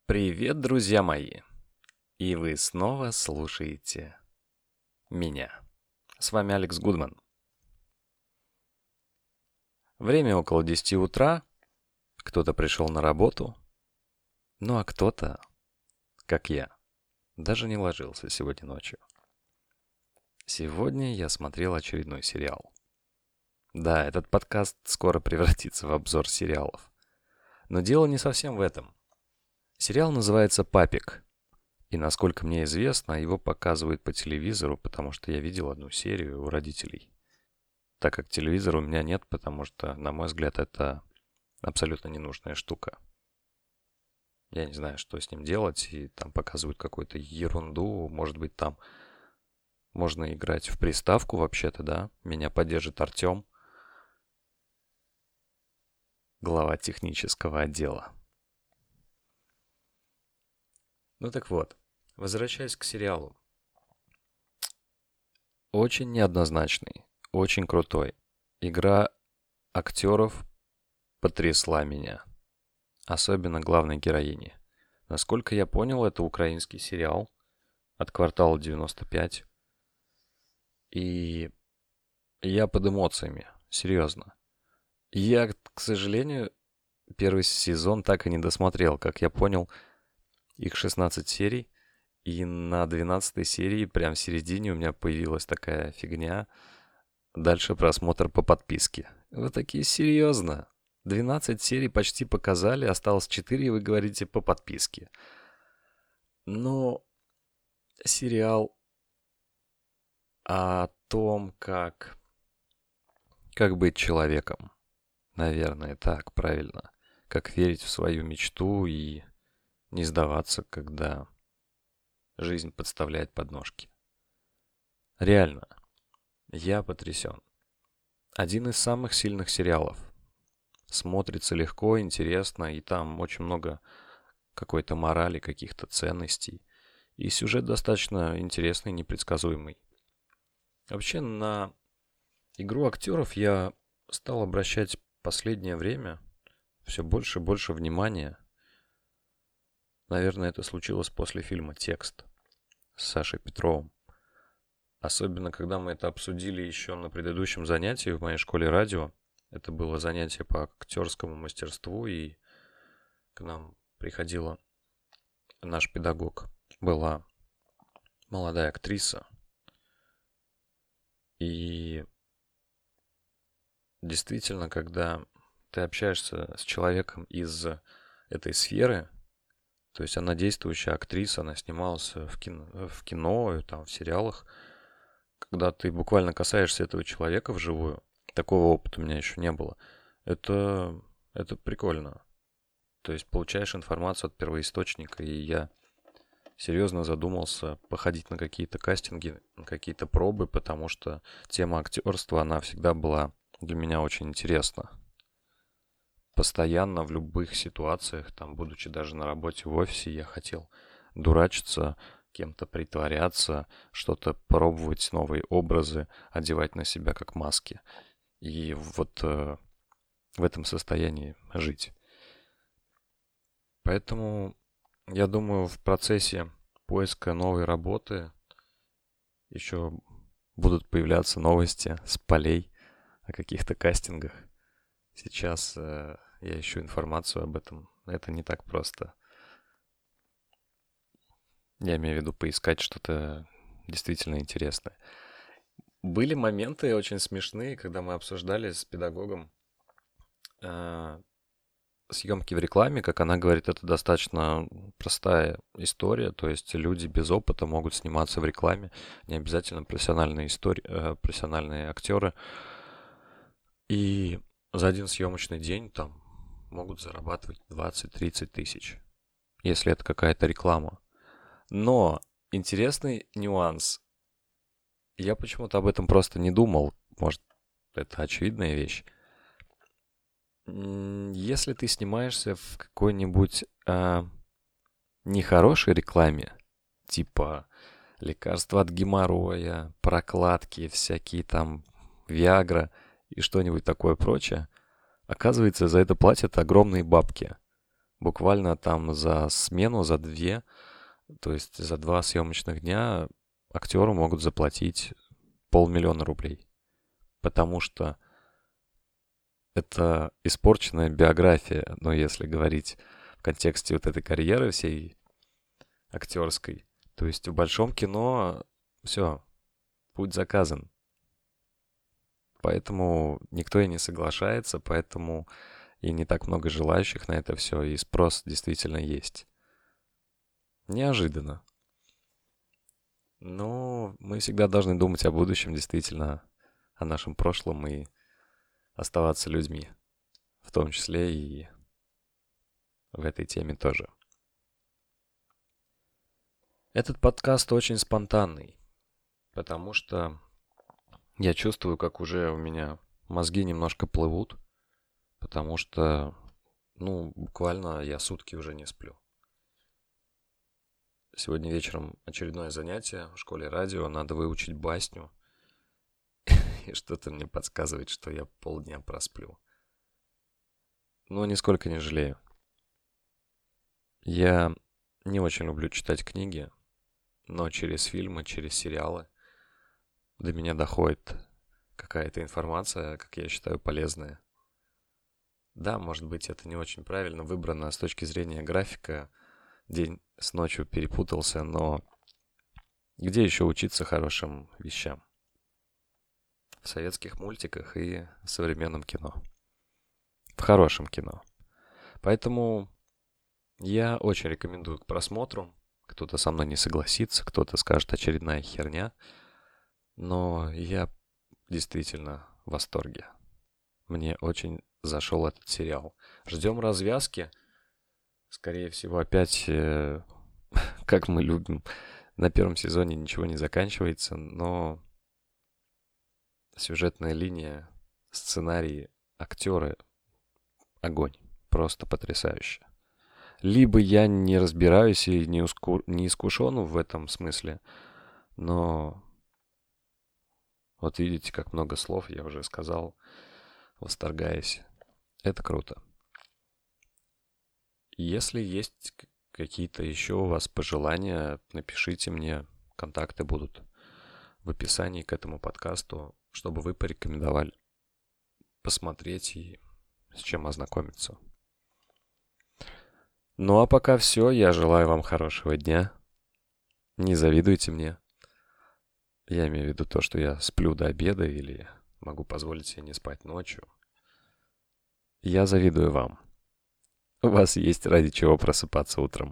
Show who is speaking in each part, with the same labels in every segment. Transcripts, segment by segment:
Speaker 1: Привет, друзья мои! И вы снова слушаете меня. С вами Алекс Гудман. Время около 10 утра. Кто-то пришел на работу. Ну а кто-то, как я, даже не ложился сегодня ночью. Сегодня я смотрел очередной сериал. Да, этот подкаст скоро превратится в обзор сериалов. Но дело не совсем в этом. Сериал называется «Папик». И, насколько мне известно, его показывают по телевизору, потому что я видел одну серию у родителей. Так как телевизора у меня нет, потому что, на мой взгляд, это абсолютно ненужная штука. Я не знаю, что с ним делать, и там показывают какую-то ерунду. Может быть, там можно играть в приставку вообще-то, да? Меня поддержит Артем, глава технического отдела. Ну так вот, возвращаясь к сериалу. Очень неоднозначный, очень крутой. Игра актеров потрясла меня. Особенно главной героини. Насколько я понял, это украинский сериал от «Квартала 95». И я под эмоциями, серьезно. Я, к сожалению, первый сезон так и не досмотрел. Как я понял, их 16 серий. И на 12 серии, прям в середине, у меня появилась такая фигня. Дальше просмотр по подписке. Вы такие, серьезно? 12 серий почти показали, осталось 4, и вы говорите по подписке. Но сериал о том, как быть человеком. Наверное, так правильно. Как верить в свою мечту и не сдаваться, когда жизнь подставляет подножки. Реально, я потрясен. Один из самых сильных сериалов. Смотрится легко, интересно, и там очень много какой-то морали, каких-то ценностей. И сюжет достаточно интересный, непредсказуемый. Вообще, на игру актеров я стал обращать в последнее время все больше и больше внимания. Наверное, это случилось после фильма «Текст» с Сашей Петровым. Особенно, когда мы это обсудили еще на предыдущем занятии в моей школе радио. Это было занятие по актерскому мастерству, и к нам приходила наш педагог. Была молодая актриса. И действительно, когда ты общаешься с человеком из этой сферы, то есть она действующая актриса, она снималась в кино, там, в сериалах, когда ты буквально касаешься этого человека вживую, такого опыта у меня еще не было, это прикольно. То есть получаешь информацию от первоисточника, и я серьезно задумался походить на какие-то кастинги, на какие-то пробы, потому что тема актерства, она всегда была для меня очень интересна. Постоянно в любых ситуациях, там, будучи даже на работе в офисе, я хотел дурачиться, кем-то притворяться, что-то пробовать, новые образы, одевать на себя как маски. И вот в этом состоянии жить. Поэтому, я думаю, в процессе поиска новой работы еще будут появляться новости с полей о каких-то кастингах. Сейчас я ищу информацию об этом. Это не так просто. Я имею в виду поискать что-то действительно интересное. Были моменты очень смешные, когда мы обсуждали с педагогом съемки в рекламе. Как она говорит, это достаточно простая история. То есть люди без опыта могут сниматься в рекламе. Не обязательно профессиональные актеры. И за один съемочный день там могут зарабатывать 20-30 тысяч, если это какая-то реклама. Но интересный нюанс. Я почему-то об этом просто не думал. Может, это очевидная вещь. Если ты снимаешься в какой-нибудь нехорошей рекламе, типа лекарства от геморроя, прокладки, всякие там Виагра и что-нибудь такое прочее, оказывается, за это платят огромные бабки. Буквально там за смену, за две, то есть за 2 съемочных дня актеру могут заплатить 500 000 рублей. Потому что это испорченная биография, но если говорить в контексте вот этой карьеры всей актерской, то есть в большом кино все, путь заказан. Поэтому никто и не соглашается, поэтому и не так много желающих на это все, и спрос действительно есть. Неожиданно. Но мы всегда должны думать о будущем, действительно, о нашем прошлом и оставаться людьми, в том числе и в этой теме тоже. Этот подкаст очень спонтанный, потому что я чувствую, как уже у меня мозги немножко плывут, потому что, буквально я сутки уже не сплю. Сегодня вечером очередное занятие в школе радио, надо выучить басню, и что-то мне подсказывает, что я полдня просплю. Но нисколько не жалею. Я не очень люблю читать книги, но через фильмы, через сериалы до меня доходит какая-то информация, как я считаю, полезная. Да, может быть, это не очень правильно выбрано с точки зрения графика. День с ночью перепутался, но где еще учиться хорошим вещам? В советских мультиках и в современном кино. В хорошем кино. Поэтому я очень рекомендую к просмотру. Кто-то со мной не согласится, кто-то скажет очередная херня. Но я действительно в восторге. Мне очень зашел этот сериал. Ждем развязки. Скорее всего, опять, как мы любим, на первом сезоне ничего не заканчивается, но сюжетная линия, сценарий, актеры, огонь. Просто потрясающе. Либо я не разбираюсь и не искушен в этом смысле, но вот видите, как много слов я уже сказал, восторгаясь. Это круто. Если есть какие-то еще у вас пожелания, напишите мне, контакты будут в описании к этому подкасту, чтобы вы порекомендовали посмотреть и с чем ознакомиться. Ну а пока все, я желаю вам хорошего дня. Не завидуйте мне. Я имею в виду то, что я сплю до обеда или могу позволить себе не спать ночью. Я завидую вам. У вас есть ради чего просыпаться утром.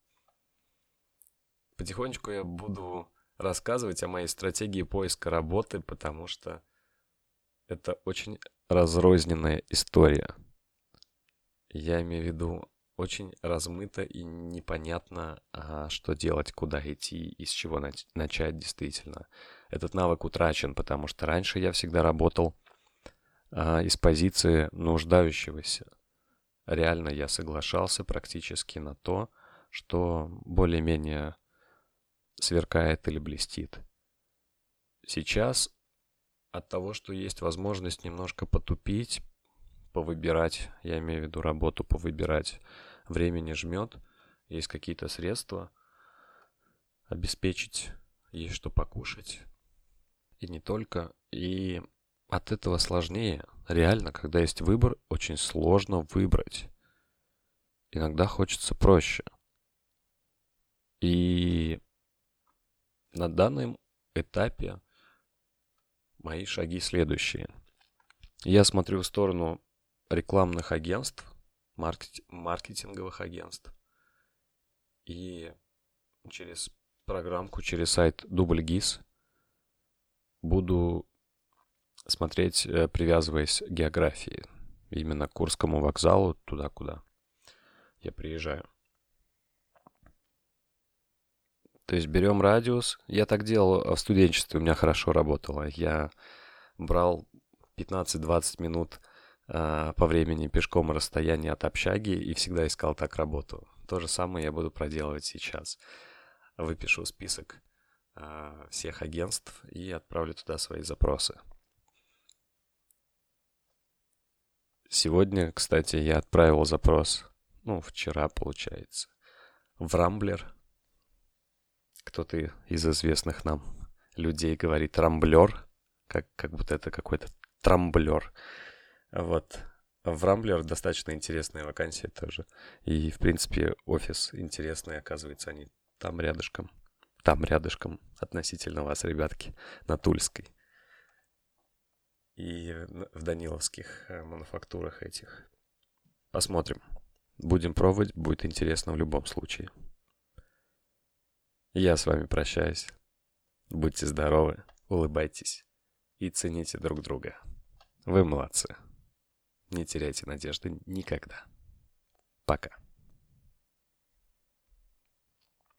Speaker 1: Потихонечку я буду рассказывать о моей стратегии поиска работы, потому что это очень разрозненная история. Я имею в виду очень размыто и непонятно, что делать, куда идти и с чего начать действительно. Этот навык утрачен, потому что раньше я всегда работал из позиции нуждающегося. Реально я соглашался практически на то, что более-менее сверкает или блестит. Сейчас от того, что есть возможность немножко потупить, повыбирать, я имею в виду работу, повыбирать, времени жмет, есть какие-то средства обеспечить, есть что покушать. И не только. И от этого сложнее. Реально, когда есть выбор, очень сложно выбрать. Иногда хочется проще. И на данном этапе мои шаги следующие. Я смотрю в сторону рекламных агентств, маркетинговых агентств. И через программку, через сайт DoubleGIS буду смотреть, привязываясь к географии. Именно к Курскому вокзалу, туда, куда я приезжаю. То есть берем радиус. Я так делал в студенчестве, у меня хорошо работало. Я брал 15-20 минут по времени пешком расстояние от общаги и всегда искал так работу. То же самое я буду проделывать сейчас. Выпишу список всех агентств и отправлю туда свои запросы. Сегодня, кстати, я отправил запрос ну, вчера, получается, в Рамблер. Кто-то из известных нам людей говорит Рамблер, как будто это какой-то трамблер. Вот. В Рамблер достаточно интересная вакансия тоже. И, в принципе, офис интересный, оказывается, они там рядышком. Там рядышком относительно вас, ребятки, на Тульской. И в Даниловских мануфактурах этих. Посмотрим. Будем пробовать, будет интересно в любом случае. Я с вами прощаюсь. Будьте здоровы, улыбайтесь и цените друг друга. Вы молодцы. Не теряйте надежды никогда. Пока.